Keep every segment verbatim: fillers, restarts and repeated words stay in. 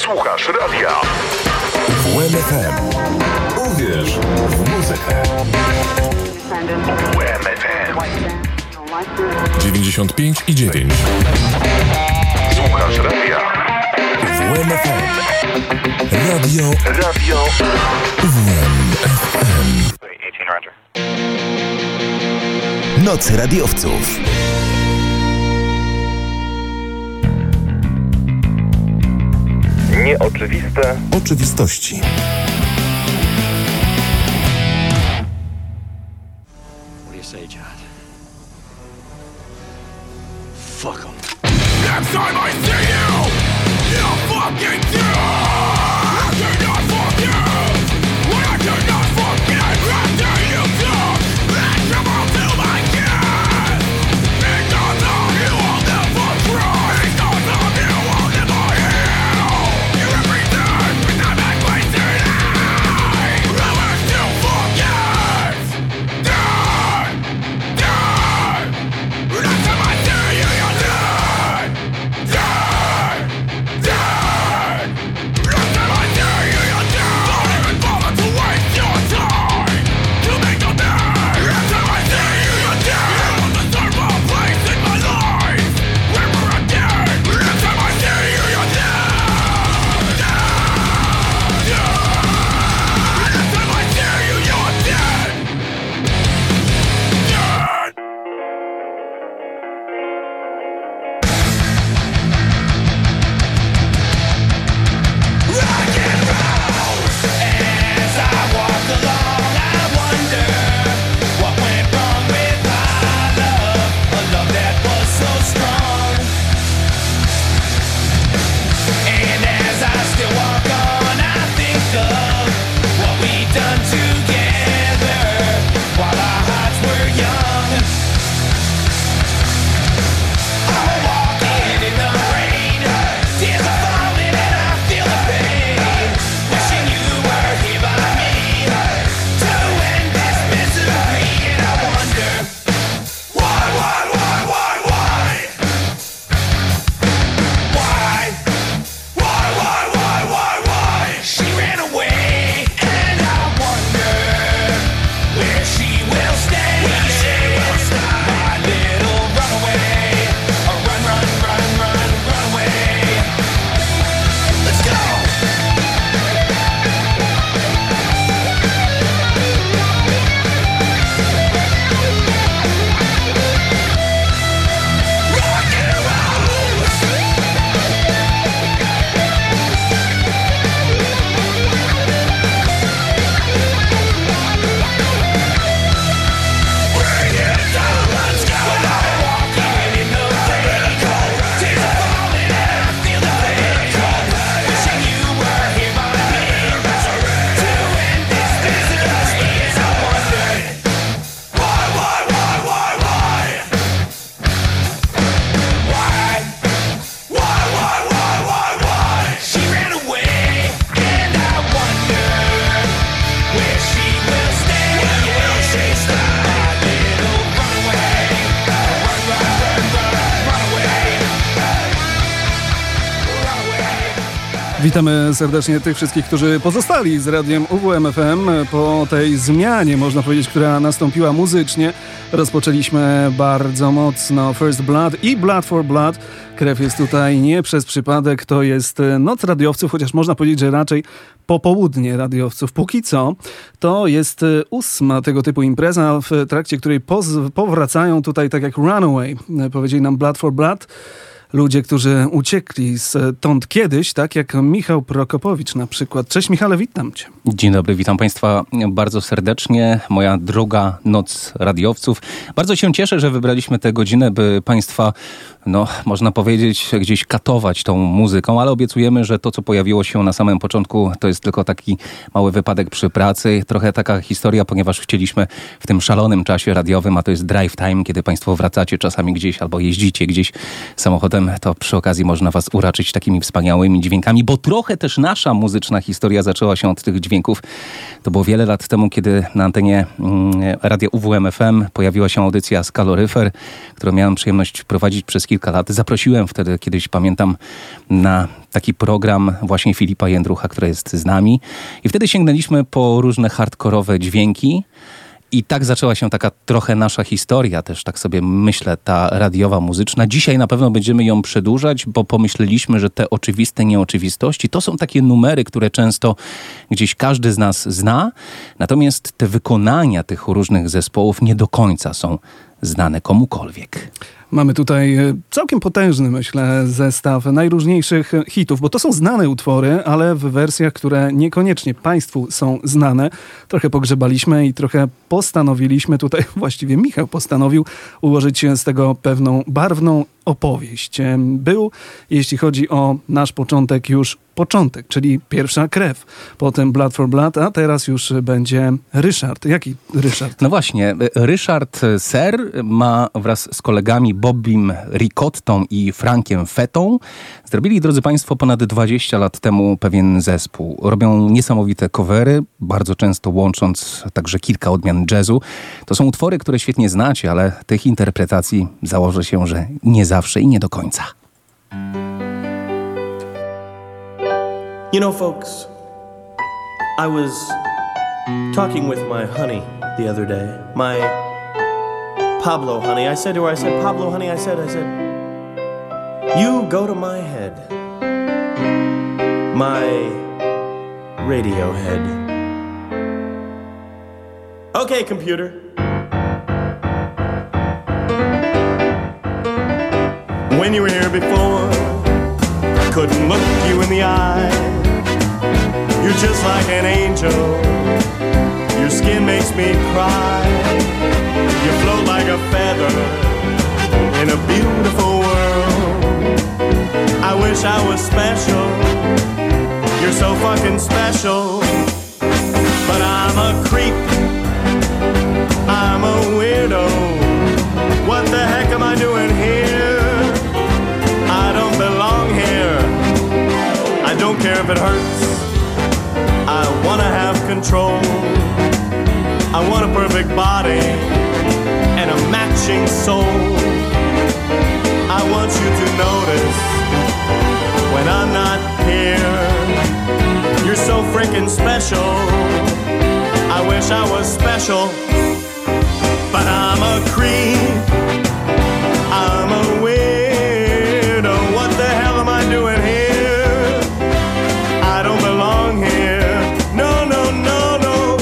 Słuchasz radia U W M F M. Uwierz w muzykę. U W M F M dziewięćdziesiąt pięć i dziewięć. Słuchasz radia U W M F M. Radio, radio U W M F M. Noc radiowców. Nieoczywiste oczywistości. What do you say, John? Fuck 'em. Next time I see you, you'll fucking do. I cannot forgive what I cannot forget. After you took that trouble to my kids, because of you I'll never cry. Because of you I'll never heal. You represent me that I wasted I will still forget. Dead, dead. Next time I see you, you're dead. Dead, dead. Next time I see you, you're dead. Don't even bother to waste your time to make a man. Next time I see you, you're dead. You don't deserve a place in my life where we're dead. Next time I see you, you're dead. Dead, dead. Next time I see you, you're dead. Dead. Rock and roll. As I walk along, I wonder what went wrong with our love, a love that was so strong. And as I still walk on, I think of what we'd done together while our hearts were young. I'm walking in the rain, tears are falling and I feel the pain. Wishing you were here by me to end this misery. And I wonder why, why, why, why, why? Why? Why, why, why, why, why? She ran away and I wonder where she will stay. Where she will stay. My little runaway. Oh, run, run, run, run, run away. Let's go. Rock and roll. Bring it down, let's go. I'm walking in the rain, tears are falling and I feel the pain. Wishing you were here by me to end this misery. And I wonder why, why, why, why, why? Why? Why, why, why, why, why? She ran away and I wonder where she will stay. Where will she stay? My little runaway. Run, run, run, run, run away. Run away. Witamy serdecznie tych wszystkich, którzy pozostali z radiem U W M F M po tej zmianie, można powiedzieć, która nastąpiła muzycznie. Rozpoczęliśmy bardzo mocno First Blood i Blood for Blood. Krew jest tutaj nie przez przypadek, to jest noc radiowców, chociaż można powiedzieć, że raczej popołudnie radiowców. Póki co to jest ósma tego typu impreza, w trakcie której poz- powracają tutaj tak jak Runaway. Powiedzieli nam Blood for Blood. Ludzie, którzy uciekli stąd kiedyś, tak jak Michał Prokopowicz na przykład. Cześć Michale, witam cię. Dzień dobry, witam Państwa bardzo serdecznie. Moja druga noc radiowców. Bardzo się cieszę, że wybraliśmy tę godzinę, by Państwa, no można powiedzieć, gdzieś katować tą muzyką, ale obiecujemy, że to, co pojawiło się na samym początku, to jest tylko taki mały wypadek przy pracy. Trochę taka historia, ponieważ chcieliśmy w tym szalonym czasie radiowym, a to jest drive time, kiedy Państwo wracacie czasami gdzieś albo jeździcie gdzieś samochodem, to przy okazji można Was uraczyć takimi wspaniałymi dźwiękami, bo trochę też nasza muzyczna historia zaczęła się od tych dźwięków. To było wiele lat temu, kiedy na antenie mm, radia U W M F M pojawiła się audycja z Kaloryfer, którą miałem przyjemność prowadzić przez kilka lat. Zaprosiłem wtedy, kiedyś pamiętam, na taki program właśnie Filipa Jędrucha, który jest z nami. I wtedy sięgnęliśmy po różne hardkorowe dźwięki. I tak zaczęła się taka trochę nasza historia, też tak sobie myślę, ta radiowa, muzyczna. Dzisiaj na pewno będziemy ją przedłużać, bo pomyśleliśmy, że te oczywiste nieoczywistości to są takie numery, które często gdzieś każdy z nas zna. Natomiast te wykonania tych różnych zespołów nie do końca są znane komukolwiek. Mamy tutaj całkiem potężny, myślę, zestaw najróżniejszych hitów, bo to są znane utwory, ale w wersjach, które niekoniecznie Państwu są znane. Trochę pogrzebaliśmy i trochę postanowiliśmy tutaj, właściwie Michał postanowił ułożyć z tego pewną barwną opowieść. Był, jeśli chodzi o nasz początek, już początek, czyli pierwsza krew. Potem Blood for Blood, a teraz już będzie Ryszard. Jaki Ryszard? No właśnie, Ryszard Ser ma wraz z kolegami Bobbym Ricottą i Frankiem Fetą zrobili, drodzy Państwo, ponad dwadzieścia lat temu pewien zespół. Robią niesamowite covery, bardzo często łącząc także kilka odmian jazzu. To są utwory, które świetnie znacie, ale tych interpretacji założę się, że nie zawsze i nie do końca. You know, folks, I was talking with my honey the other day, my Pablo honey. I said to her, I said, Pablo honey, I said, I said, you go to my head, my radio head. Okay, computer. When you were here before, couldn't look you in the eye. You're just like an angel. Your skin makes me cry. You float like a feather in a beautiful world. I wish I was special. You're so fucking special. But I'm a creep. I'm a weirdo. What the heck am I doing here? I don't belong here. I don't care if it hurts. I wanna have control. I want a perfect body and a matching soul. I want you to notice when I'm not here. You're so freaking special. I wish I was special, but I'm a creep. I'm a weirdo. What the hell am I doing here? I don't belong here. No, no, no, no.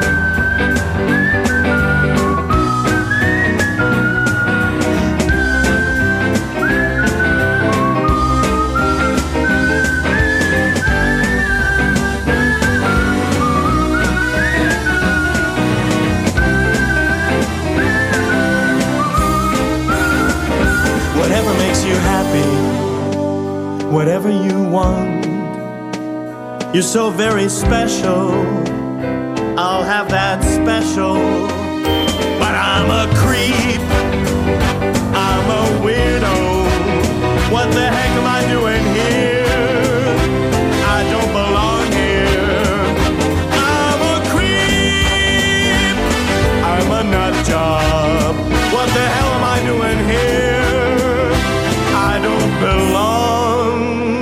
Whatever makes you happy, whatever you want. You're so very special. I'll have that special. But I'm a creep. I'm a weirdo. What the heck am I doing here? I don't belong here. I'm a creep. I'm a nut job. What the hell am I doing here? I don't belong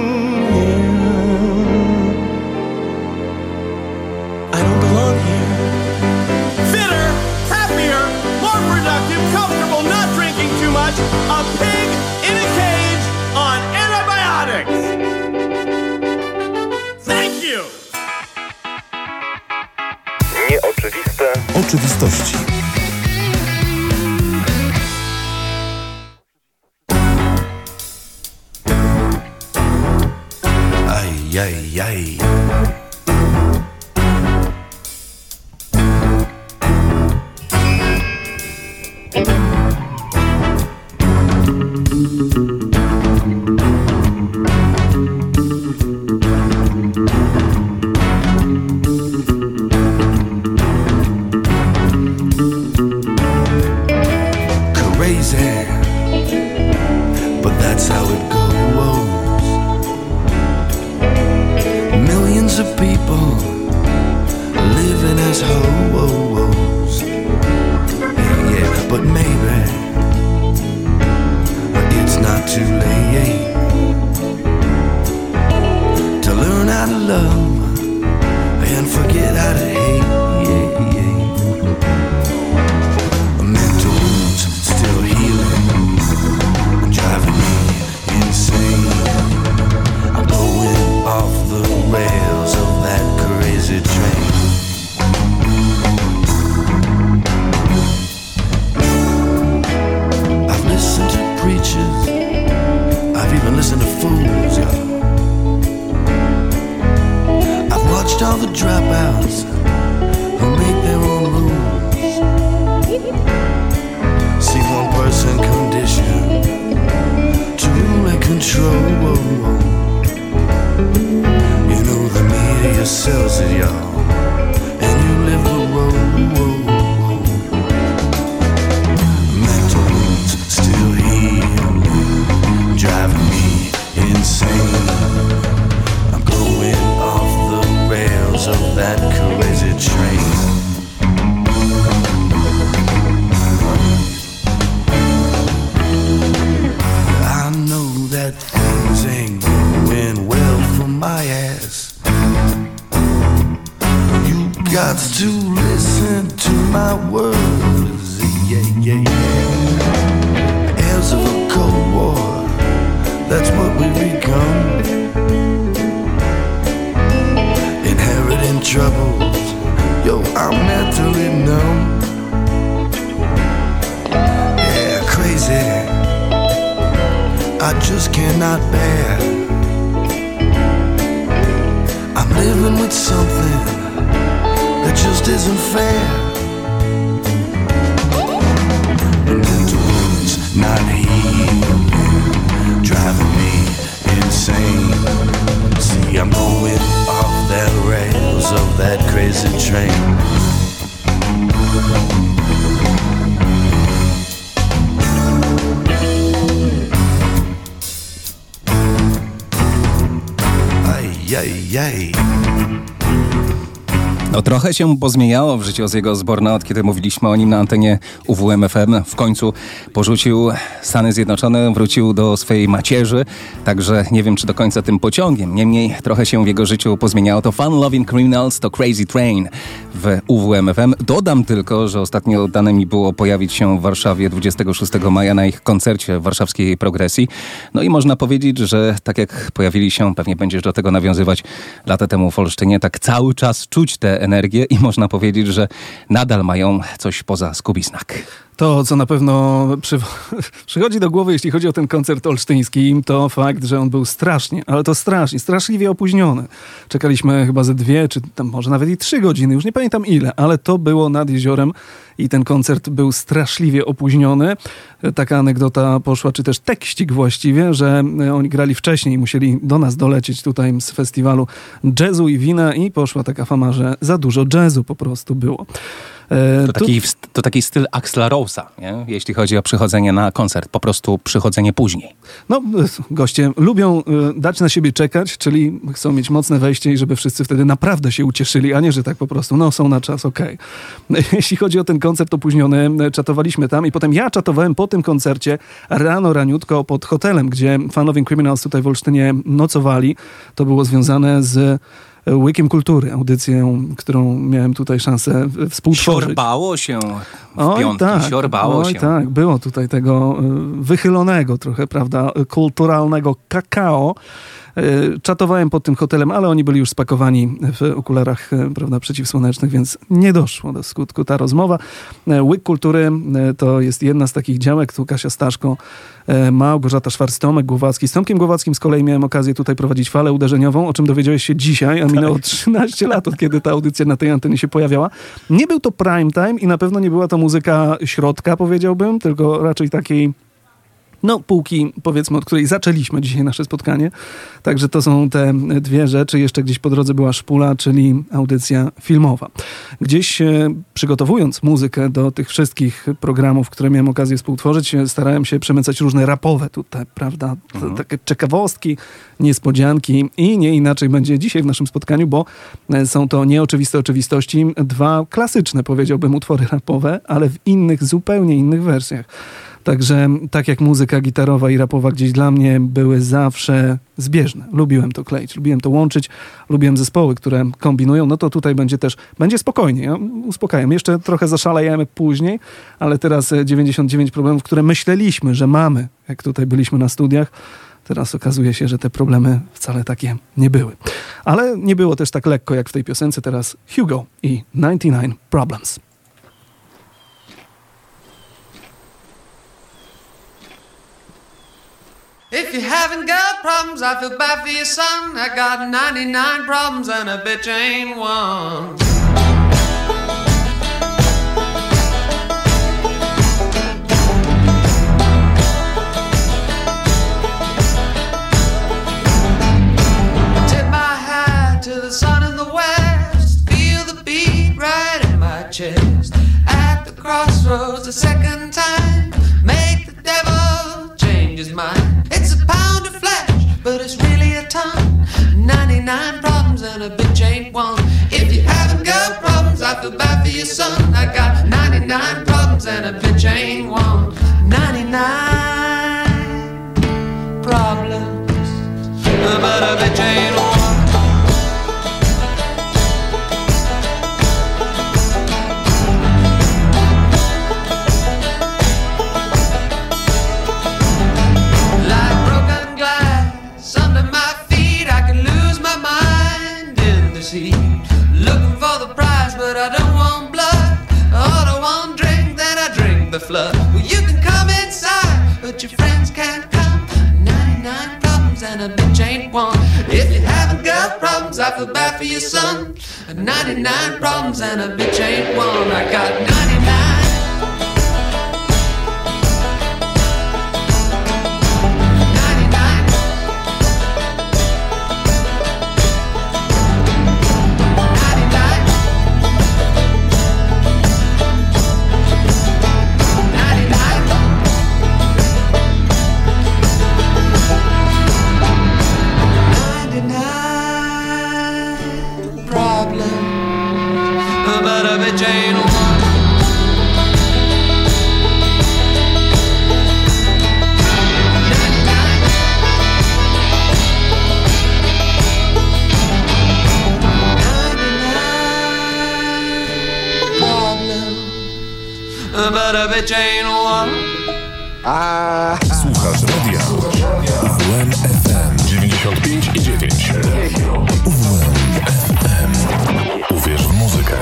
here. I don't belong here. Fitter, happier, more productive, comfortable, not drinking too much. A pig in a cage on antibiotics. Thank you. Nieoczywiste oczywistości. Aj, aj, aj. Crazy, but that's how it goes. Millions of people living as ho-oh-ohs. Yeah, but maybe it's it's not too late to learn how to love and forget how to hate. Yeah, yeah. Mental wounds still healing, driving me insane. I'm going off the rails of that crazy train. I've listened to preachers, I've even listened to fools, y'all. I've watched all the dropouts who make their own rules. See one person conditioned to rule and control. You know the media sells it, y'all, and you live the road. Mental wounds still healing, driving me insane. I'm going off the rails of that crazy train. I know that things ain't going well for my ass. You got to listen to my words, yeah, yeah, yeah. Heirs of a Cold War, that's what we become. Inheriting troubles, yo, I'm mentally numb. Yeah, crazy, I just cannot bear. I'm living with something that just isn't fair. Mental wounds not healing, driving me insane. See, I'm going off that rails of that crazy train. Jej. No trochę się pozmieniało w życiu Ozzy'ego Osbourne'a, od kiedy mówiliśmy o nim na antenie U W M F M. W końcu porzucił Stany Zjednoczone, wrócił do swojej macierzy, także nie wiem, czy do końca tym pociągiem. Niemniej trochę się w jego życiu pozmieniało. To Fun Loving Criminals, to Crazy Train w U W M F M. Dodam tylko, że ostatnio dane mi było pojawić się w Warszawie dwudziestego szóstego maja na ich koncercie w warszawskiej Progresji. No i można powiedzieć, że tak jak pojawili się, pewnie będziesz do tego nawiązywać, lata temu w Olsztynie, tak cały czas czuć te energię i można powiedzieć, że nadal mają coś poza Skubisnak. To, co na pewno przy... przychodzi do głowy, jeśli chodzi o ten koncert olsztyński, to fakt, że on był strasznie, ale to strasznie, straszliwie opóźniony. Czekaliśmy chyba ze dwie, czy tam może nawet i trzy godziny, już nie pamiętam ile, ale to było nad jeziorem i ten koncert był straszliwie opóźniony. Taka anegdota poszła, czy też tekścik właściwie, że oni grali wcześniej, musieli do nas dolecieć tutaj z festiwalu jazzu i wina i poszła taka fama, że za dużo jazzu po prostu było. To taki, to taki styl Axla Rose'a, nie? Jeśli chodzi o przychodzenie na koncert, po prostu przychodzenie później. No, goście lubią dać na siebie czekać, czyli chcą mieć mocne wejście i żeby wszyscy wtedy naprawdę się ucieszyli, a nie, że tak po prostu, no są na czas, okej. Okay. Jeśli chodzi o ten koncert opóźniony, czatowaliśmy tam i potem ja czatowałem po tym koncercie rano, raniutko pod hotelem, gdzie Fun Loving Criminals tutaj w Olsztynie nocowali. To było związane z Łykiem Kultury, audycję, którą miałem tutaj szansę współtworzyć. Siorbało się w oj, piątki, tak, siorbało oj, się. tak, było tutaj tego wychylonego trochę, prawda, kulturalnego kakao. Czatowałem pod tym hotelem, ale oni byli już spakowani w okularach, prawda, przeciwsłonecznych, więc nie doszło do skutku ta rozmowa. Łyk Kultury to jest jedna z takich działek, tu Kasia Staszko, Małgorzata Szwarc, Tomek Głowacki. Z Tomkiem Głowackim z kolei miałem okazję tutaj prowadzić falę uderzeniową, o czym dowiedziałeś się dzisiaj, a minęło trzynaście lat, od kiedy ta audycja na tej antenie się pojawiała. Nie był to prime time i na pewno nie była to muzyka środka, powiedziałbym, tylko raczej takiej no półki, powiedzmy, od której zaczęliśmy dzisiaj nasze spotkanie. Także to są te dwie rzeczy. Jeszcze gdzieś po drodze była Szpula, czyli audycja filmowa. Gdzieś e, przygotowując muzykę do tych wszystkich programów, które miałem okazję współtworzyć, starałem się przemycać różne rapowe tutaj, prawda? Mhm. Takie ciekawostki, niespodzianki i nie inaczej będzie dzisiaj w naszym spotkaniu, bo są to nieoczywiste oczywistości. Dwa klasyczne, powiedziałbym, utwory rapowe, ale w innych, zupełnie innych wersjach. Także tak jak muzyka gitarowa i rapowa gdzieś dla mnie były zawsze zbieżne. Lubiłem to kleić, lubiłem to łączyć, lubiłem zespoły, które kombinują, no to tutaj będzie też, będzie spokojnie, ja uspokajam. Jeszcze trochę zaszalejemy później, ale teraz dziewięćdziesiąt dziewięć problemów, które myśleliśmy, że mamy, jak tutaj byliśmy na studiach, teraz okazuje się, że te problemy wcale takie nie były. Ale nie było też tak lekko jak w tej piosence. Teraz Hugo i ninety-nine Problems. If you haven't got problems, I feel bad for your son. I got ninety-nine problems and a bitch ain't one. Tip my hat to the sun in the west. Feel the beat right in my chest. At the crossroads a second time. Make the devil change his mind. It's a pound of flesh, but it's really a ton. ninety-nine problems and a bitch ain't one. If you haven't got problems, I feel bad for your son. I got ninety-nine problems and a bitch ain't one. ninety-nine problems, but a bitch ain't one. Looking for the prize, but I don't want blood. I don't want drink, then I drink the flood. Well, you can come inside, but your friends can't come. ninety-nine problems and a bitch ain't one. If you haven't got problems, I feel bad for your son. ninety-nine problems and a bitch ain't one. I got ninety-nine. But a bitch ain't one. But a bitch ain't one. A... Słuchasz radia U W M F M dziewięćdziesiąt pięć i dziewięć. U W M F M. Uwierz w muzykę.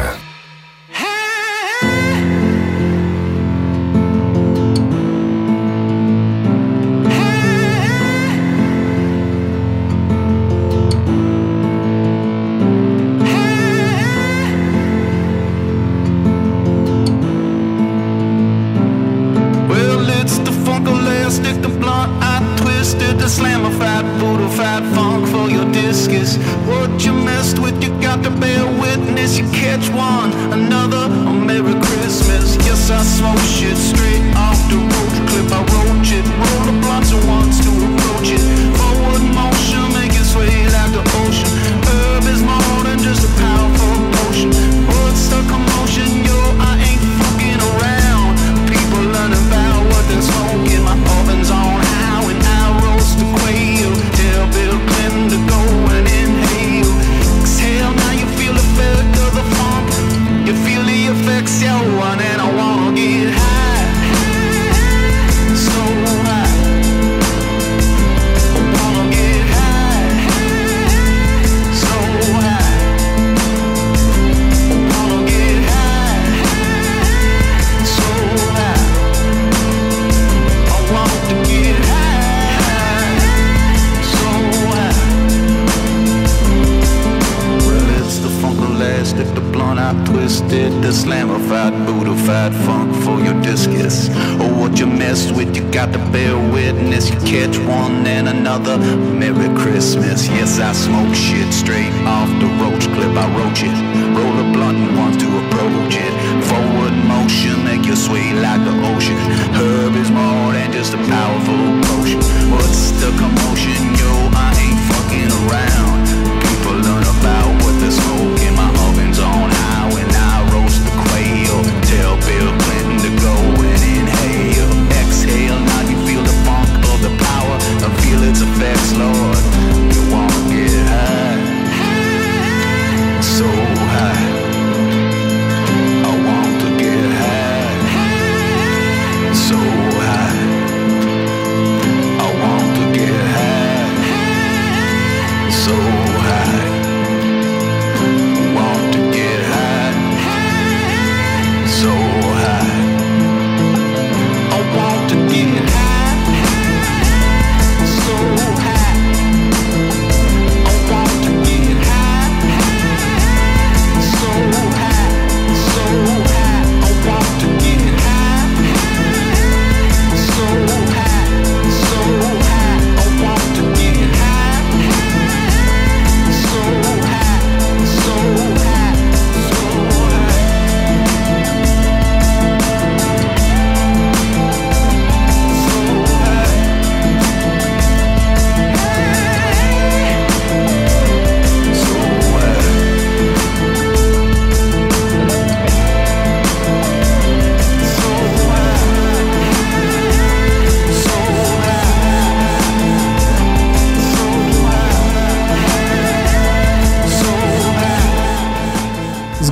Stick the blunt, I twisted the slamified, voodoo-fied funk for your discus. What you messed with, you got to bear witness. You catch one, another, a Merry Christmas. Yes, I smoke shit straight off the road clip. I roach it, roll the blunts and ones to approach it. Forward motion, make it sway like the ocean. Herb is more than just a powerful potion. What's the commotion, yo? I ain't fucking around. People learn about what they're smoking. My oven's on high when I roast the quail. Tell Bill Clinton to go and inhale. Exhale, now you feel the effect of the funk. You feel the effects, yo, and I wanna get high. So high. I wanna get high. So high. I wanna get high. So high. I want to get high, so high. Well, it's the funk-elastic, the blunt I twisted, the slamified, voodoo-fied funk for your discus. Oh, what you messed with, you got to bear witness. You catch one and another, Merry Christmas. Yes, I smoke shit straight off the roach clip. I roach it, roll a blunt and want to approach it. Forward motion, make you sway like the ocean. Herb is more than just a powerful potion. What's the commotion, yo? I ain't fucking around. People learn about what they're smoking. My oven's on high when I roast the quail. Tell Bill Clinton to go and inhale. Exhale.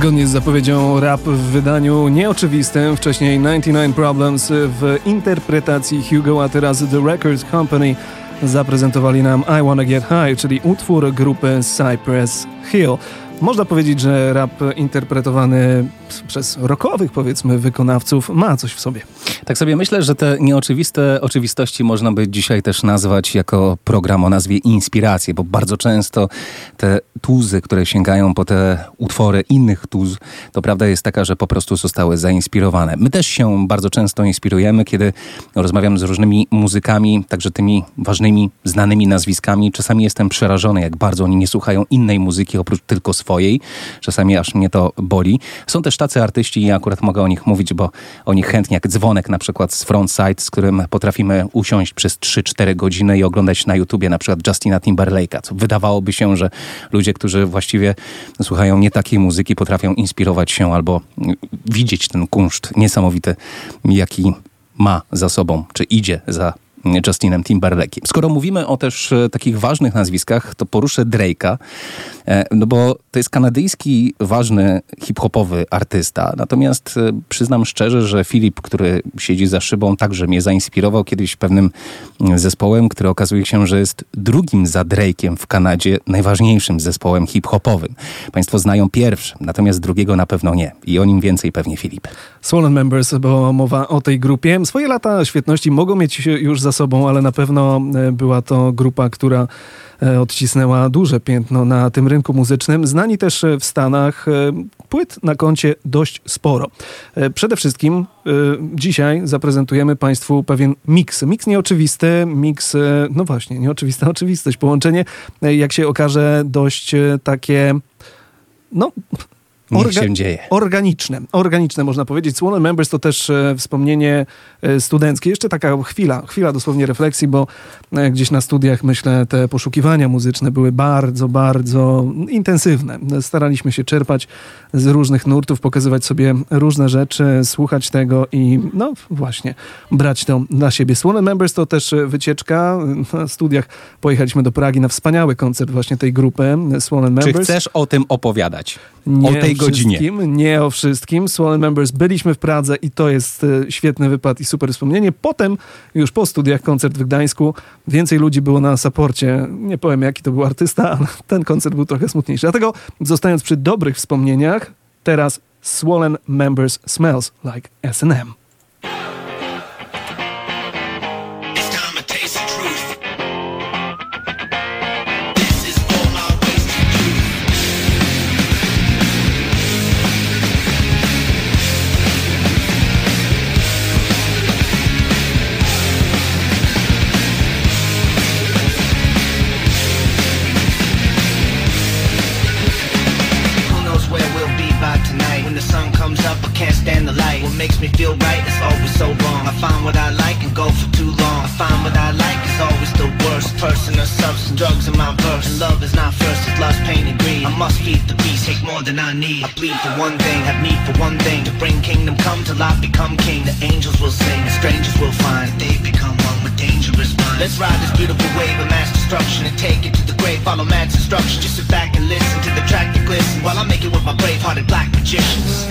Zgodnie z zapowiedzią rap w wydaniu nieoczywistym, wcześniej dziewięćdziesiąt dziewięć Problems w interpretacji Hugo, a teraz The Record Company zaprezentowali nam I Wanna Get High, czyli utwór grupy Cypress Hill. Można powiedzieć, że rap interpretowany przez rockowych, powiedzmy, wykonawców ma coś w sobie. Tak sobie myślę, że te nieoczywiste oczywistości można by dzisiaj też nazwać jako program o nazwie Inspiracje, bo bardzo często te tuzy, które sięgają po te utwory innych tuz, to prawda jest taka, że po prostu zostały zainspirowane. My też się bardzo często inspirujemy, kiedy rozmawiam z różnymi muzykami, także tymi ważnymi, znanymi nazwiskami. Czasami jestem przerażony, jak bardzo oni nie słuchają innej muzyki oprócz tylko swojej. Czasami aż mnie to boli. Są też tacy artyści i ja akurat mogę o nich mówić, bo o nich chętnie, jak Dzwonek na przykład z Frontside, z którym potrafimy usiąść przez trzy cztery godziny i oglądać na YouTubie na przykład Justina Timberlake'a, co wydawałoby się, że ludzie, którzy właściwie słuchają nie takiej muzyki, potrafią inspirować się albo widzieć ten kunszt niesamowity, jaki ma za sobą, czy idzie za Justinem Timberlake'iem. Skoro mówimy o też e, takich ważnych nazwiskach, to poruszę Drake'a, e, no bo to jest kanadyjski, ważny hip-hopowy artysta. Natomiast e, przyznam szczerze, że Filip, który siedzi za szybą, także mnie zainspirował kiedyś pewnym zespołem, który okazuje się, że jest drugim za Drake'iem w Kanadzie najważniejszym zespołem hip-hopowym. Państwo znają pierwszy, natomiast drugiego na pewno nie. I o nim więcej pewnie Filip. Swollen Members, bo mowa o tej grupie. Swoje lata świetności mogą mieć już za sobą, ale na pewno była to grupa, która odcisnęła duże piętno na tym rynku muzycznym. Znani też w Stanach, płyt na koncie dość sporo. Przede wszystkim dzisiaj zaprezentujemy Państwu pewien miks. Miks nieoczywisty, miks, no właśnie, nieoczywista oczywistość. Połączenie, jak się okaże, dość takie, no... Niech się dzieje. Organiczne, organiczne można powiedzieć. Swollen Members to też e, wspomnienie e, studenckie. Jeszcze taka chwila, chwila dosłownie refleksji, bo e, gdzieś na studiach, myślę, te poszukiwania muzyczne były bardzo, bardzo intensywne. Staraliśmy się czerpać z różnych nurtów, pokazywać sobie różne rzeczy, słuchać tego i no właśnie, brać to dla siebie. Swollen Members to też wycieczka. Na studiach pojechaliśmy do Pragi na wspaniały koncert właśnie tej grupy Swollen Members. Czy chcesz o tym opowiadać? Nie o tej godzinie. Nie o wszystkim. Swollen Members byliśmy w Pradze i to jest e, świetny wypad i super wspomnienie. Potem już po studiach koncert w Gdańsku. Więcej ludzi było na saporcie. Nie powiem, jaki to był artysta, ale ten koncert był trochę smutniejszy. Dlatego zostając przy dobrych wspomnieniach, teraz Swollen Members Smells Like S and M. Makes me feel right, it's always so wrong. I find what I like and go for too long. I find what I like is always the worst. Person or substance, drugs in my verse. And love is not first, it's lust, pain and greed. I must feed the beast, take more than I need. I bleed for one thing, have need for one thing. To bring kingdom come till I become king. The angels will sing, the strangers will find. They become one with dangerous minds. Let's ride this beautiful wave of mass destruction and take it to the grave. Follow man's instructions. Just sit back and listen to the track that glisten while I make it with my brave-hearted black magicians.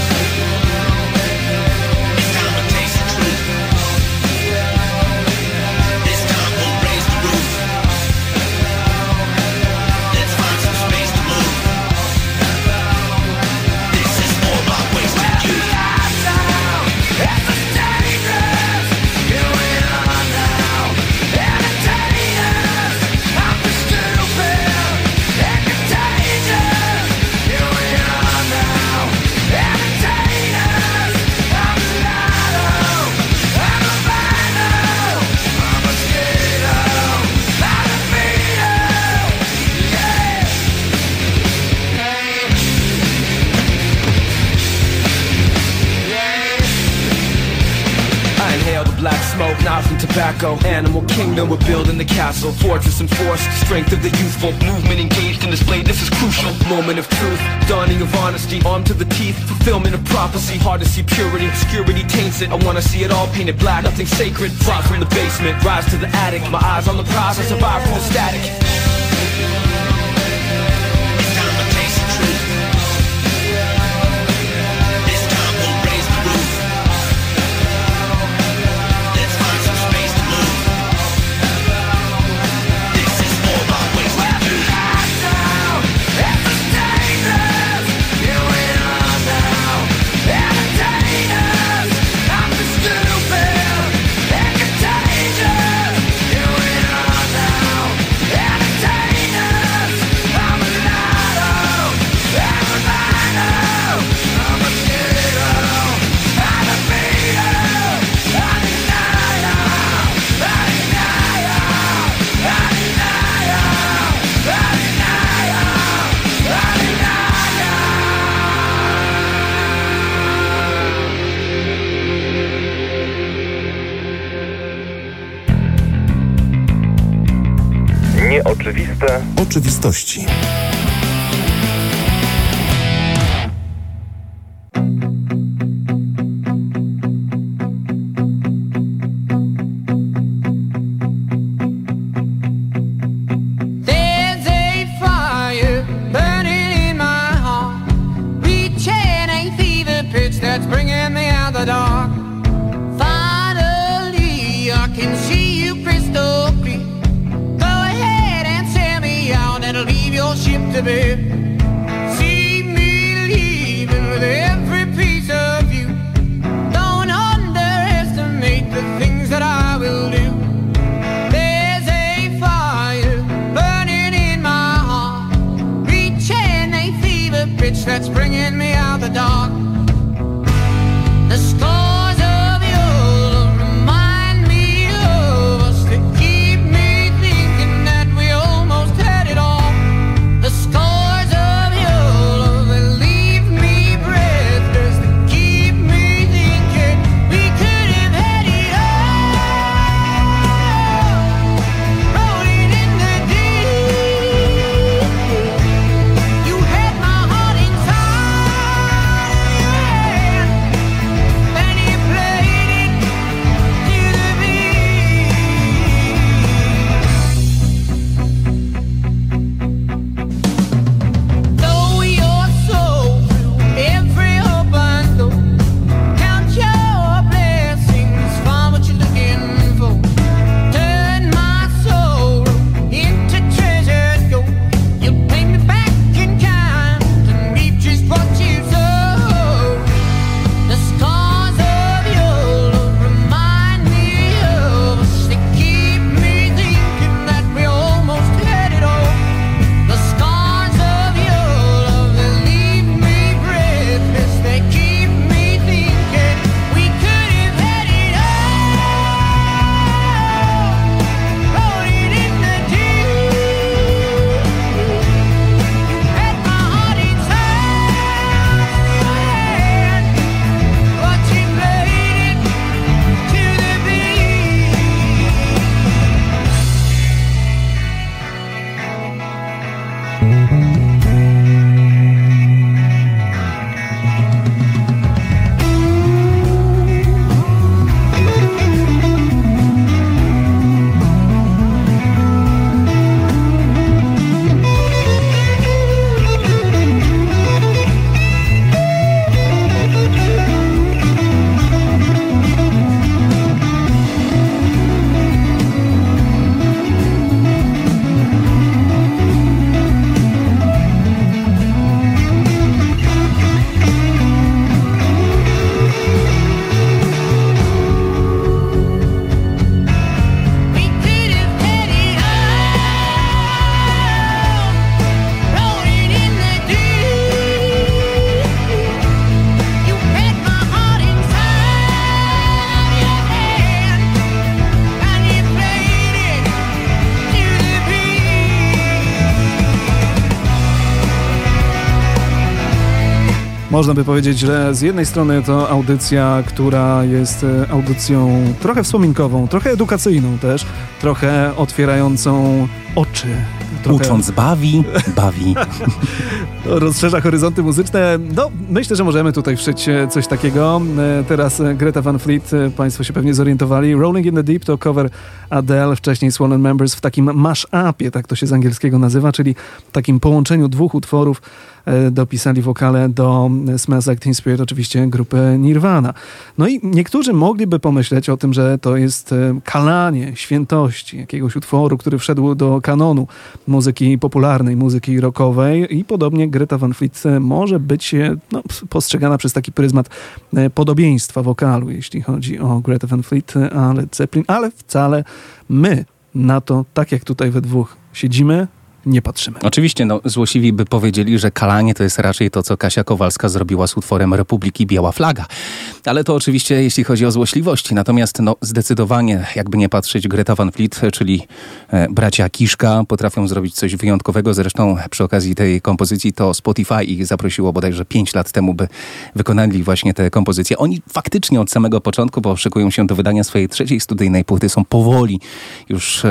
Knives and tobacco, animal kingdom, we're building the castle. Fortress enforced, strength of the youthful. Movement engaged in display, this is crucial. Moment of truth, dawning of honesty. Armed to the teeth, fulfillment of prophecy. Hard to see purity, obscurity taints it. I wanna see it all painted black, nothing sacred. Fly from the basement, rise to the attic. My eyes on the prize, I survive from the static. Oczywiste oczywistości. See me leaving with every piece of you. Don't underestimate the things that I will do. There's a fire burning in my heart, reaching a fever pitch that's bringing me out the dark. The scars of your love remind me of us. They keep me thinking that we almost had it all. The scars of your love, they leave me breathless. They keep me thinking we could have had it all. Rolling in the deep, you had my heart inside your hand, and you played it to the beat. Though your soul through every open door, count your blessings, find what you're looking for. Turn my soul into treasured gold. You pay me back in kind and reap just what you sow. The scars of your love remind me of us. They keep me thinking that we almost had it all. The scars of your love, they leave me breathless. They keep me thinking we could have had it all. Rolling in the deep, you had my heart inside your hand, but you played it to the beat. We could have had it all. Rolling in the deep, you had my heart inside your hand, and you played it to the beat. Można by powiedzieć, że z jednej strony to audycja, która jest e, audycją trochę wspominkową, trochę edukacyjną też, trochę otwierającą oczy. Trochę Ucząc bawi, bawi. rozszerza horyzonty muzyczne. No, myślę, że możemy tutaj wszyć e, coś takiego. E, Teraz e, Greta Van Fleet, e, Państwo się pewnie zorientowali. Rolling in the Deep to cover Adele, wcześniej Swollen Members w takim mash-upie, tak to się z angielskiego nazywa, czyli takim połączeniu dwóch utworów. E, Dopisali wokale do e, Smells Like Teen Spirit, oczywiście grupy Nirvana. No i niektórzy mogliby pomyśleć o tym, że to jest e, kalanie świętości jakiegoś utworu, który wszedł do kanonu muzyki popularnej, muzyki rockowej i podobnie Greta Van Fleet e, może być e, no, postrzegana przez taki pryzmat e, podobieństwa wokalu, jeśli chodzi o Greta Van Fleet, e, a Led Zeppelin, ale wcale my na to, tak jak tutaj we dwóch siedzimy, nie patrzymy. Oczywiście, no, złośliwi by powiedzieli, że kalanie to jest raczej to, co Kasia Kowalska zrobiła z utworem Republiki Biała Flaga. Ale to oczywiście, jeśli chodzi o złośliwości. Natomiast, no, zdecydowanie, jakby nie patrzeć, Greta Van Fleet, czyli e, bracia Kiszka, potrafią zrobić coś wyjątkowego. Zresztą przy okazji tej kompozycji to Spotify ich zaprosiło bodajże pięć lat temu, by wykonali właśnie te kompozycje. Oni faktycznie od samego początku, bo szykują się do wydania swojej trzeciej studyjnej płyty, są powoli już... E,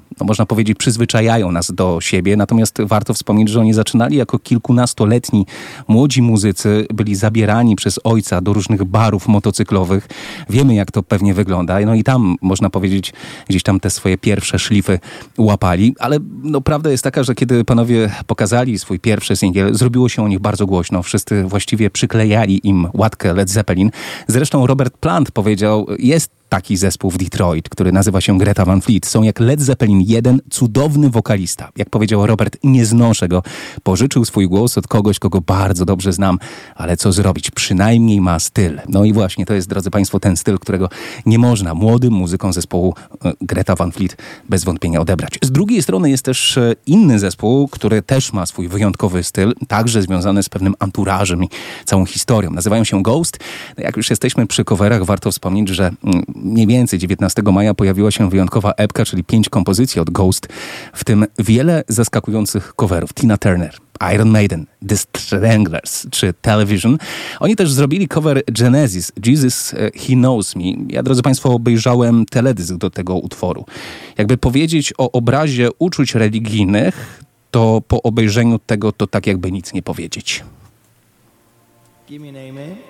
no można powiedzieć, przyzwyczajają nas do siebie. Natomiast warto wspomnieć, że oni zaczynali jako kilkunastoletni młodzi muzycy, byli zabierani przez ojca do różnych barów motocyklowych. Wiemy, jak to pewnie wygląda. No i tam, można powiedzieć, gdzieś tam te swoje pierwsze szlify łapali. Ale no, prawda jest taka, że kiedy panowie pokazali swój pierwszy singiel, zrobiło się o nich bardzo głośno. Wszyscy właściwie przyklejali im łatkę Led Zeppelin. Zresztą Robert Plant powiedział, jest taki zespół w Detroit, który nazywa się Greta Van Fleet. Są jak Led Zeppelin jeden, cudowny wokalista. Jak powiedział Robert, nie znoszę go. Pożyczył swój głos od kogoś, kogo bardzo dobrze znam, ale co zrobić? Przynajmniej ma styl. No i właśnie to jest, drodzy państwo, ten styl, którego nie można młodym muzykom zespołu Greta Van Fleet bez wątpienia odebrać. Z drugiej strony jest też inny zespół, który też ma swój wyjątkowy styl, także związany z pewnym anturażem i całą historią. Nazywają się Ghost. Jak już jesteśmy przy coverach, warto wspomnieć, że mniej więcej dziewiętnastego maja pojawiła się wyjątkowa epka, czyli pięć kompozycji od Ghost, w tym wiele zaskakujących coverów. Tina Turner, Iron Maiden, The Stranglers czy Television. Oni też zrobili cover Genesis, Jesus He Knows Me. Ja, drodzy państwo, obejrzałem teledysk do tego utworu. Jakby powiedzieć o obrazie uczuć religijnych, to po obejrzeniu tego to tak jakby nic nie powiedzieć. Give me an amen.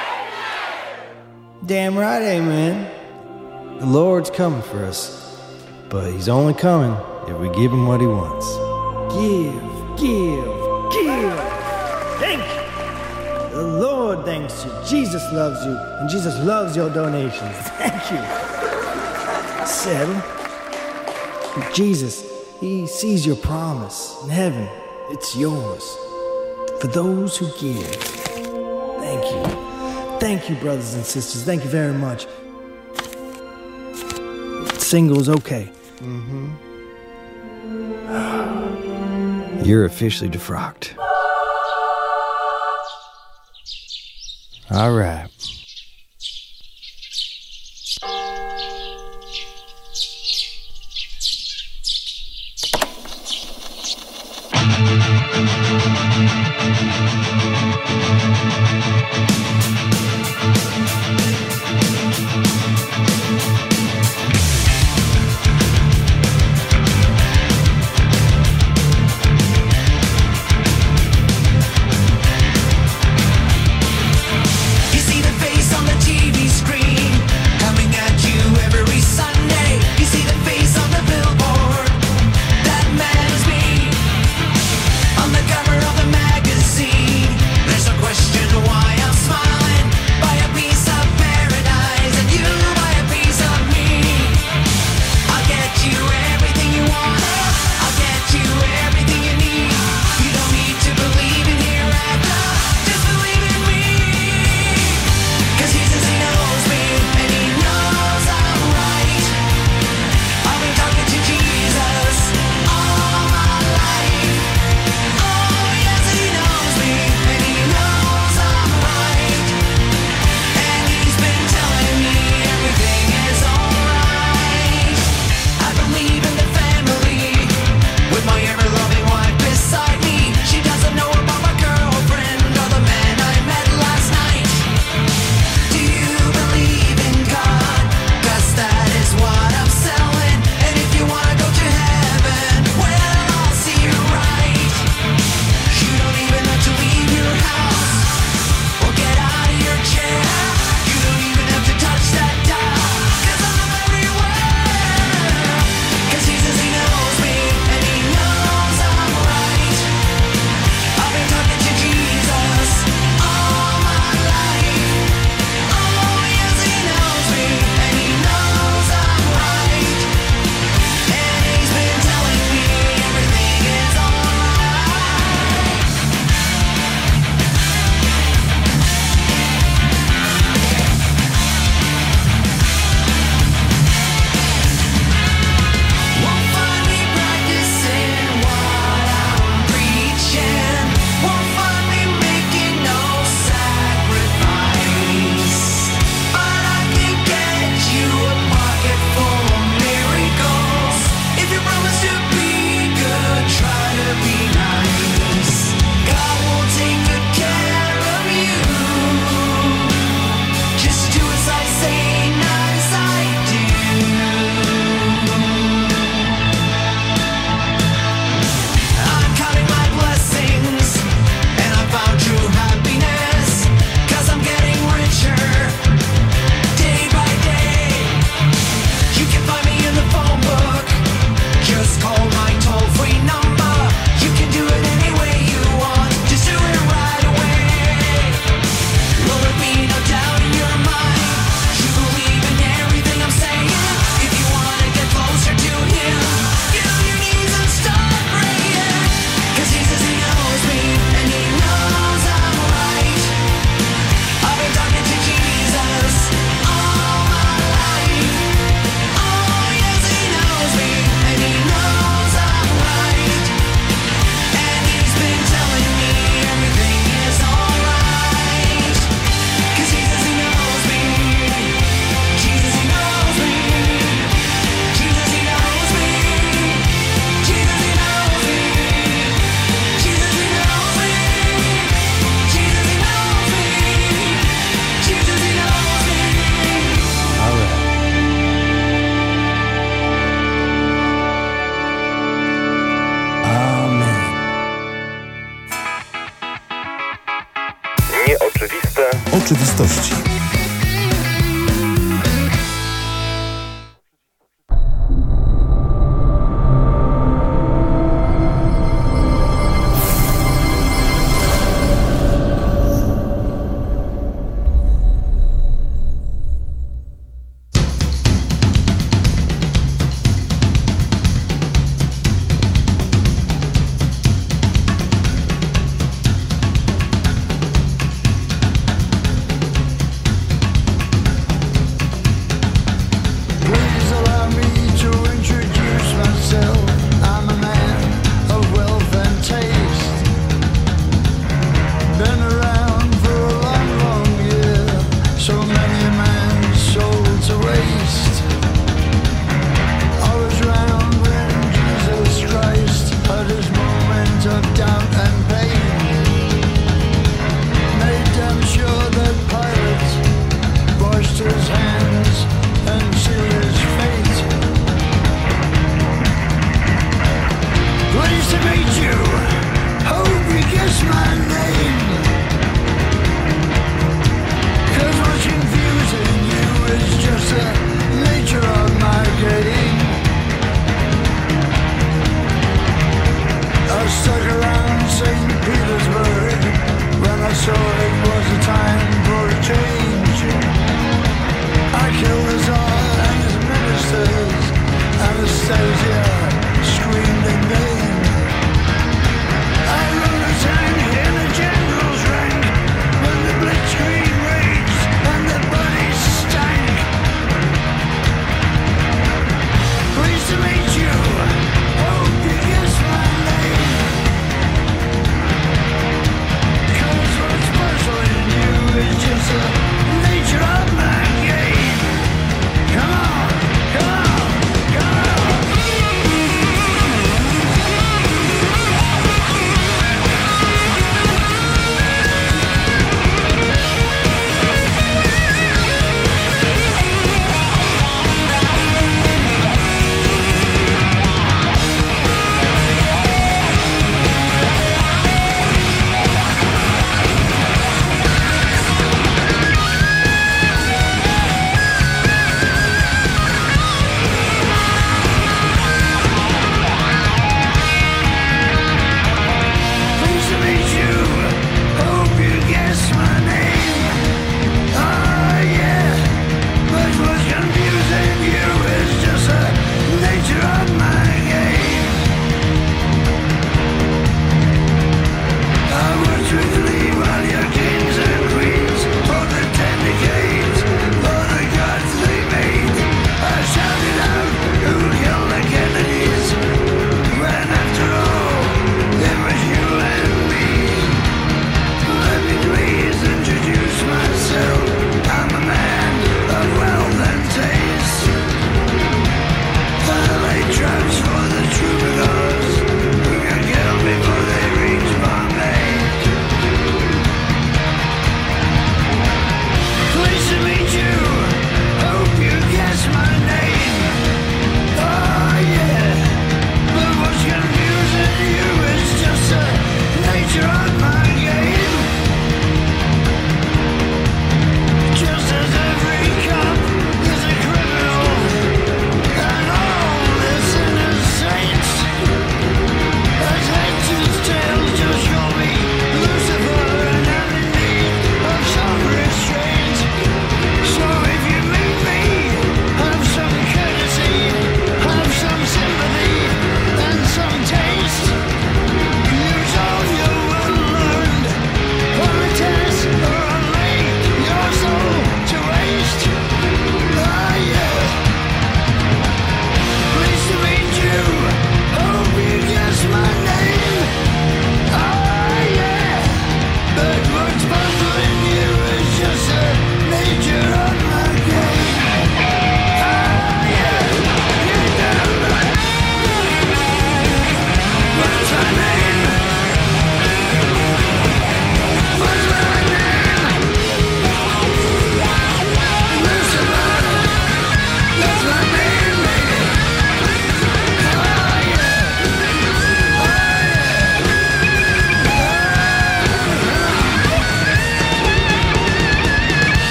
Damn right, amen. The Lord's coming for us, but he's only coming if we give him what he wants. Give, give, give. Thank you. The Lord thanks you. Jesus loves you, and Jesus loves your donations. Thank you. Seven. Jesus, he sees your promise in heaven. It's yours. For those who give. Thank you. Thank you, brothers and sisters. Thank you very much. Single's okay. Mm-hmm. You're officially defrocked. All right. You see the face Oczywiste oczywistości.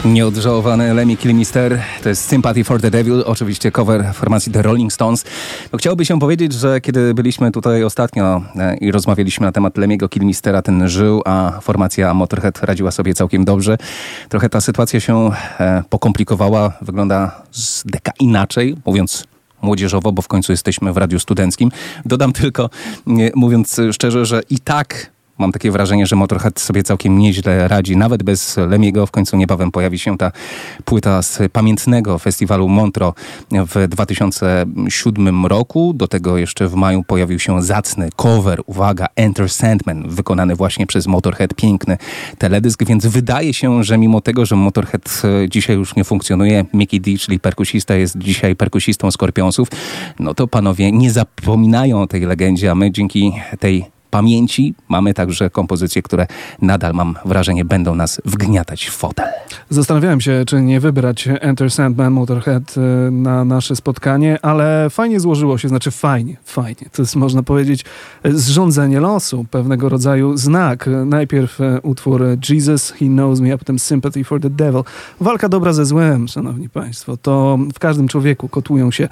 Nieodżałowany Lemmy Kilmister, to jest Sympathy for the Devil, oczywiście cover formacji The Rolling Stones. No, chciałoby się powiedzieć, że kiedy byliśmy tutaj ostatnio e, i rozmawialiśmy na temat Lemmy'ego Kilmistera, ten żył, a formacja Motorhead radziła sobie całkiem dobrze. Trochę ta sytuacja się e, pokomplikowała, wygląda z deka inaczej, mówiąc młodzieżowo, bo w końcu jesteśmy w radiu studenckim. Dodam tylko, nie, mówiąc szczerze, że i tak mam takie wrażenie, że Motorhead sobie całkiem nieźle radzi, nawet bez Lemmy'ego. W końcu niebawem pojawi się ta płyta z pamiętnego festiwalu Montreux w dwa tysiące siódmym roku. Do tego jeszcze w maju pojawił się zacny cover, uwaga, Enter Sandman, wykonany właśnie przez Motorhead. Piękny teledysk, więc wydaje się, że mimo tego, że Motorhead dzisiaj już nie funkcjonuje, Mickey D, czyli perkusista, jest dzisiaj perkusistą Skorpionsów, no to panowie nie zapominają o tej legendzie, a my dzięki tej pamięci mamy także kompozycje, które nadal, mam wrażenie, będą nas wgniatać w fotel. Zastanawiałem się, czy nie wybrać Enter Sandman Motorhead na nasze spotkanie, ale fajnie złożyło się, znaczy fajnie, fajnie. To jest, można powiedzieć, zrządzenie losu, pewnego rodzaju znak. Najpierw utwór Jesus, He Knows Me, a potem Sympathy for the Devil. Walka dobra ze złem, szanowni państwo. To w każdym człowieku kotłują się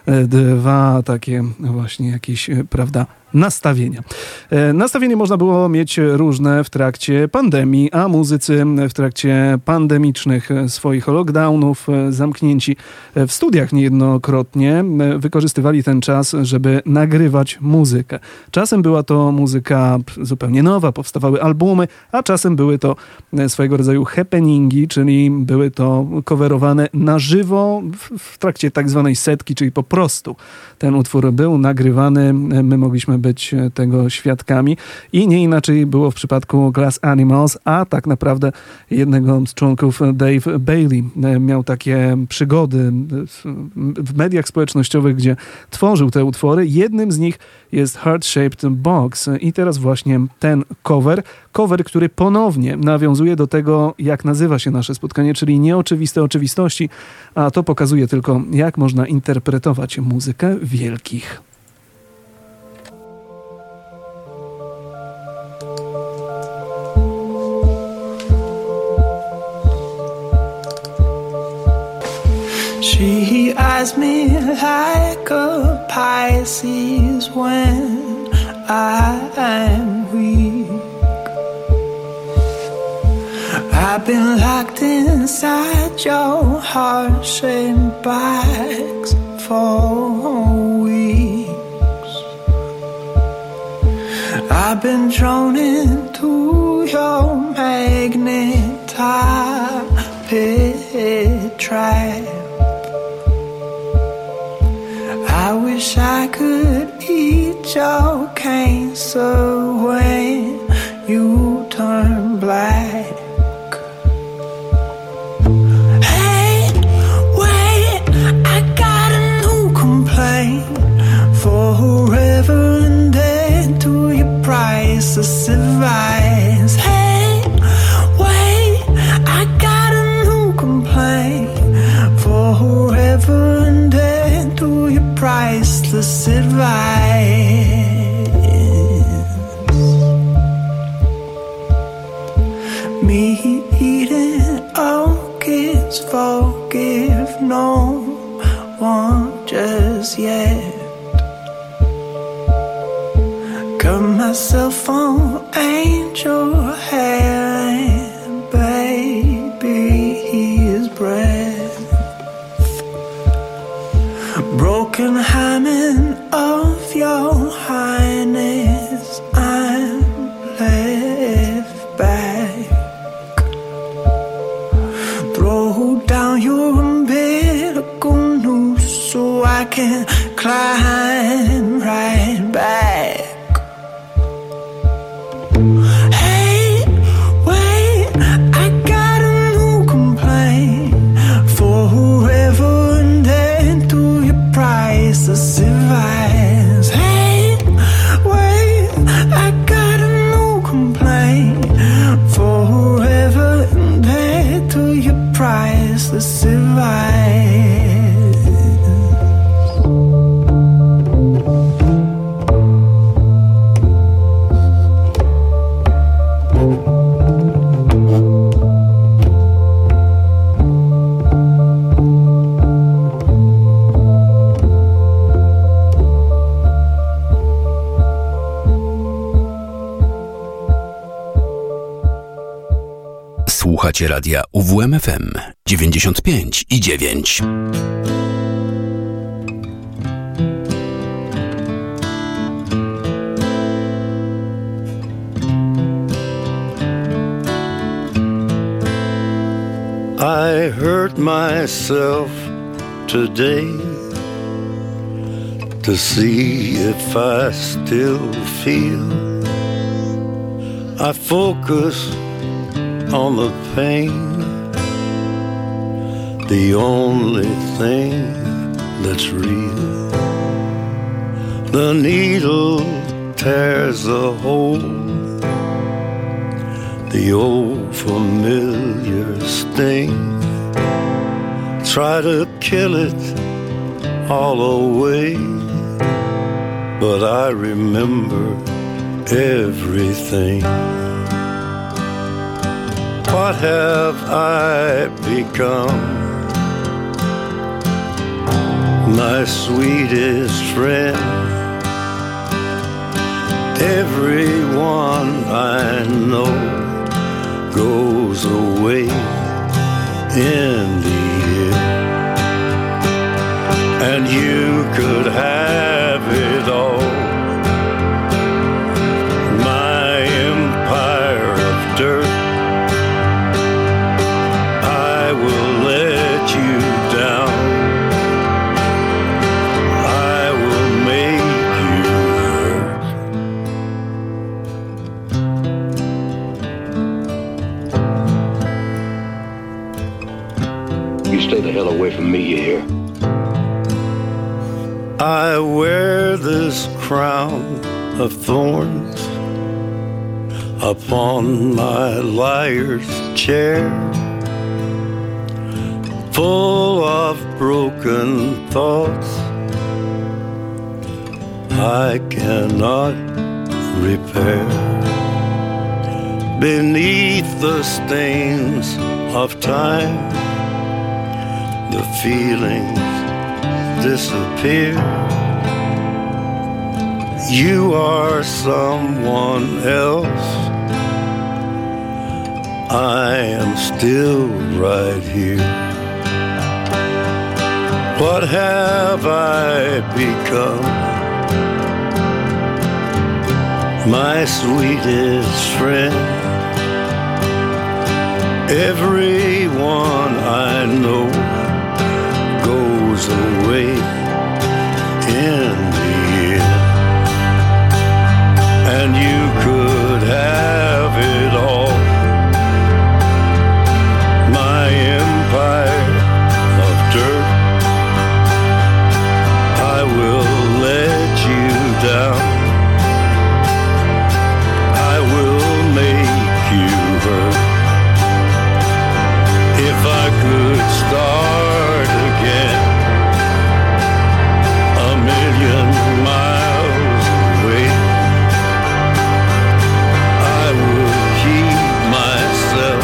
dwa takie właśnie jakieś, prawda, nastawienia. Nastawienie można było mieć różne w trakcie pandemii, a muzycy w trakcie pandemicznych swoich lockdownów, zamknięci w studiach niejednokrotnie, wykorzystywali ten czas, żeby nagrywać muzykę. Czasem była to muzyka zupełnie nowa, powstawały albumy, a czasem były to swojego rodzaju happeningi, czyli były to coverowane na żywo w trakcie tak zwanej setki, czyli po prostu ten utwór był nagrywany, my mogliśmy być tego świadkami i nie inaczej było w przypadku Glass Animals, a tak naprawdę jednego z członków, Dave Bailey, miał takie przygody w mediach społecznościowych, gdzie tworzył te utwory. Jednym z nich jest Heart-Shaped Box i teraz właśnie ten cover, cover, który ponownie nawiązuje do tego, jak nazywa się nasze spotkanie, czyli nieoczywiste oczywistości, a to pokazuje tylko, jak można interpretować muzykę wielkich. She eyes me like a Pisces when I'm weak. I've been locked inside your heart-shaped box for weeks. I've been drawn into your magnetic trap. I wish I could eat your cancer when you turn black. Hey, wait, I got a new complaint. Forever and dead to your priceless advice. Hey, wait, I got a new complaint. Forever and dead to your priceless advice. Me eating orchids, forgive no one just yet. Cut myself on angel hair and baby his breath. Broken hymen of your highness, I'm left back. Throw down your umbilical noose so I can climb right back. Hey, wait, I got a new complaint. Forever and dead to your priceless advice. Hey, wait, I got a new complaint. Forever and dead to your priceless advice. Słuchacie radia U W M F M dziewięćdziesiąt pięć i dziewięć. I hurt myself today to see if I still feel. I focus on the pain, the only thing that's real. The needle tears a hole, the old familiar sting. Try to kill it all away, but I remember everything. What have I become? My sweetest friend. Everyone I know goes away in the end, and you could have it all. My empire of dirt, I will let you down. I will make you hurt. You stay the hell away from me, you hear? I wear this crown of thorns upon my liar's chair, full of broken thoughts I cannot repair. Beneath the stains of time, the feelings disappear. You are someone else, I am still right here. What have I become? My sweetest friend. Everyone I know goes away in the end, and you could have it all. My empire of dirt, I will let you down. I will make you hurt. If I could start again a million miles away, I would keep myself.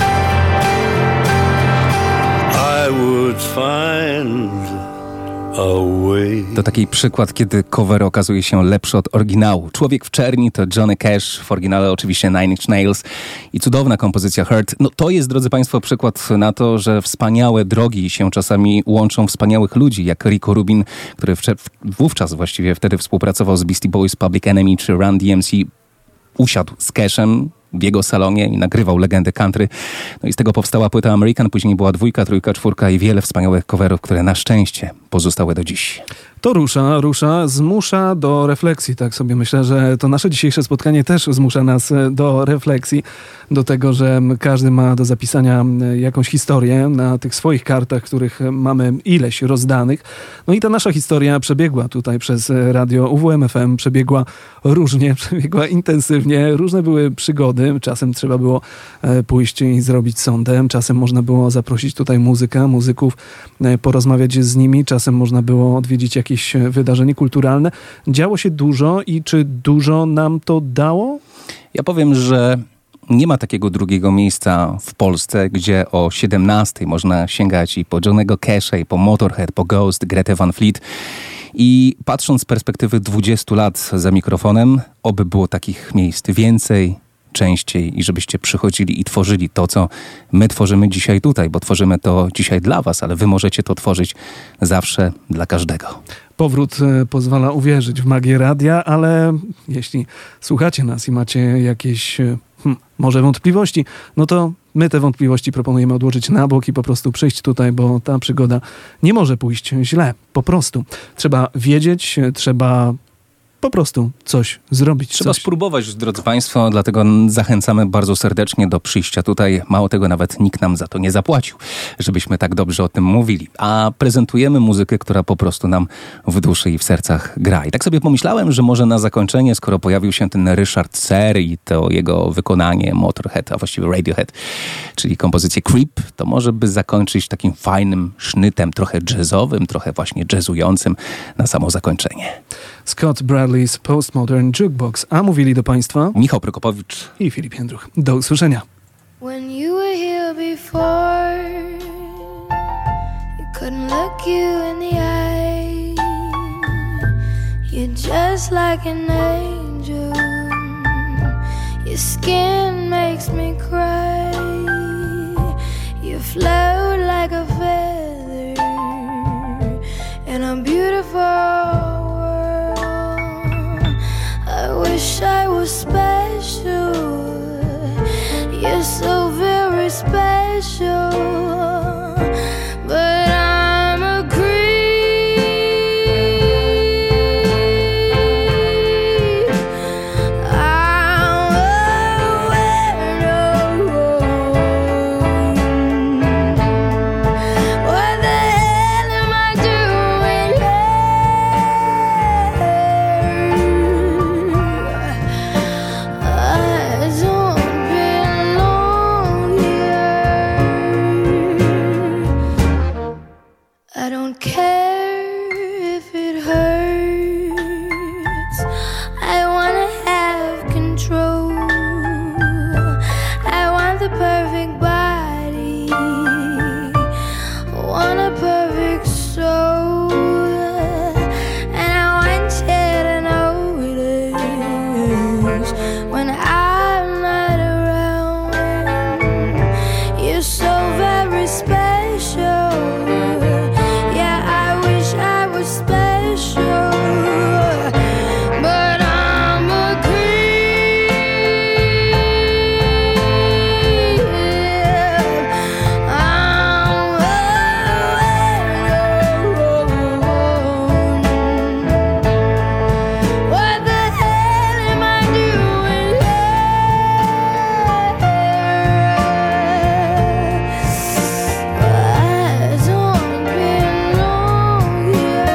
I would find a way. To taki przykład, kiedy cover okazuje się lepszy od oryginału. Człowiek w czerni to Johnny Cash, w oryginale oczywiście Nine Inch Nails i cudowna kompozycja Hurt. No to jest, drodzy Państwo, przykład na to, że wspaniałe drogi się czasami łączą wspaniałych ludzi, jak Rico Rubin, który wcze- wówczas właściwie wtedy współpracował z Beastie Boys, Public Enemy czy Run D M C. Usiadł z Cashem w jego salonie i nagrywał legendy country. No i z tego powstała płyta American, później była dwójka, trójka, czwórka i wiele wspaniałych coverów, które na szczęście pozostały do dziś. To rusza, rusza, zmusza do refleksji, tak sobie myślę, że to nasze dzisiejsze spotkanie też zmusza nas do refleksji, do tego, że każdy ma do zapisania jakąś historię na tych swoich kartach, których mamy ileś rozdanych. No i ta nasza historia przebiegła tutaj przez radio U W M F M, przebiegła różnie, przebiegła intensywnie, różne były przygody, czasem trzeba było pójść i zrobić sondę, czasem można było zaprosić tutaj muzykę, muzyków, porozmawiać z nimi, czasem można było odwiedzić jakieś wydarzenie kulturalne. Działo się dużo i czy dużo nam to dało? Ja powiem, że nie ma takiego drugiego miejsca w Polsce, gdzie o siedemnastej można sięgać i po Johnny'ego Casha, i po Motorhead, po Ghost, Gretę Van Fleet. I patrząc z perspektywy dwudziestu lat za mikrofonem, oby było takich miejsc więcej, częściej i żebyście przychodzili i tworzyli to, co my tworzymy dzisiaj tutaj, bo tworzymy to dzisiaj dla was, ale wy możecie to tworzyć zawsze dla każdego. Powrót e, pozwala uwierzyć w magię radia, ale jeśli słuchacie nas i macie jakieś e, hm, może wątpliwości, no to my te wątpliwości proponujemy odłożyć na bok i po prostu przyjść tutaj, bo ta przygoda nie może pójść źle. Po prostu. Trzeba wiedzieć, trzeba po prostu coś zrobić. Trzeba coś. spróbować, drodzy Państwo, dlatego zachęcamy bardzo serdecznie do przyjścia tutaj. Mało tego, nawet nikt nam za to nie zapłacił, żebyśmy tak dobrze o tym mówili. A prezentujemy muzykę, która po prostu nam w duszy i w sercach gra. I tak sobie pomyślałem, że może na zakończenie, skoro pojawił się ten Richard Serr i to jego wykonanie Motorhead, a właściwie Radiohead, czyli kompozycję Creep, to może by zakończyć takim fajnym sznytem, trochę jazzowym, trochę właśnie jazzującym na samo zakończenie. Scott Bradley's Postmodern Jukebox, a mówili do Państwa Michał Prokopowicz i Filip Jędruch. Do usłyszenia. When you were here before, you couldn't look you in the eye. You're just like an angel. Your skin makes me cry. You float like a feather in a beautiful world. I wish I was special. You're so very special, but I'm a creep. I'm a weirdo. What the hell am I doing here? I don't I don't care if it hurts. I wanna have control. I want the perfect body. Want a perfect soul. And I want you to notice when I'm not around. You're so very special. Special, but I'm a creep. I'm alone. What the hell am I doing here? I don't belong here.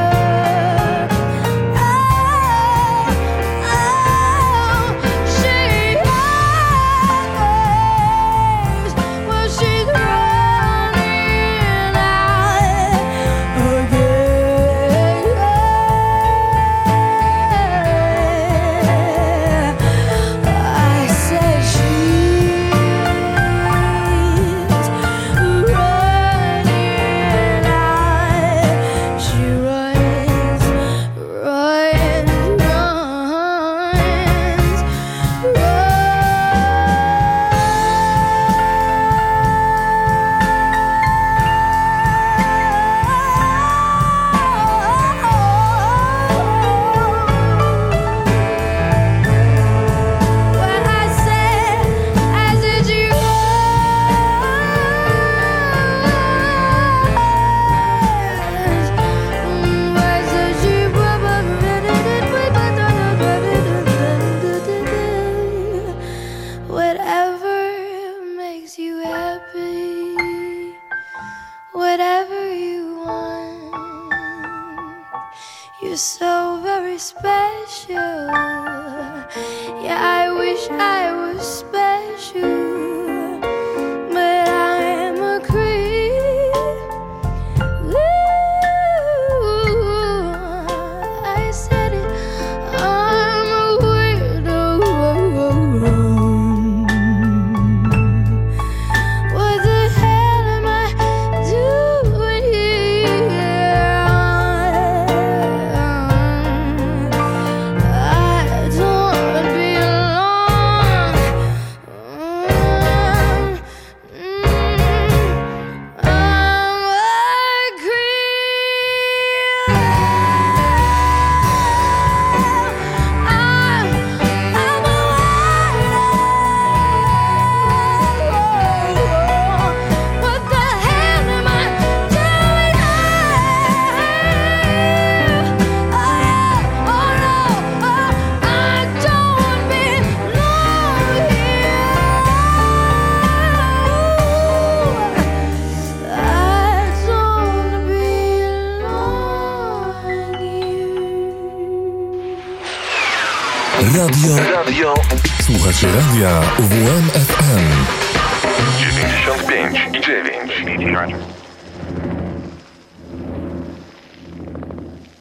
Whatever makes you happy, whatever you want, you're so very special. Yeah, I wish I was special, but I'm a creep. Ooh, I said it, I'm a weirdo. What the hell am I doing here? I don't belong. Radio. Radio. Słuchacie radia U W M F M. dziewięćdziesiąt pięć i dziewięć.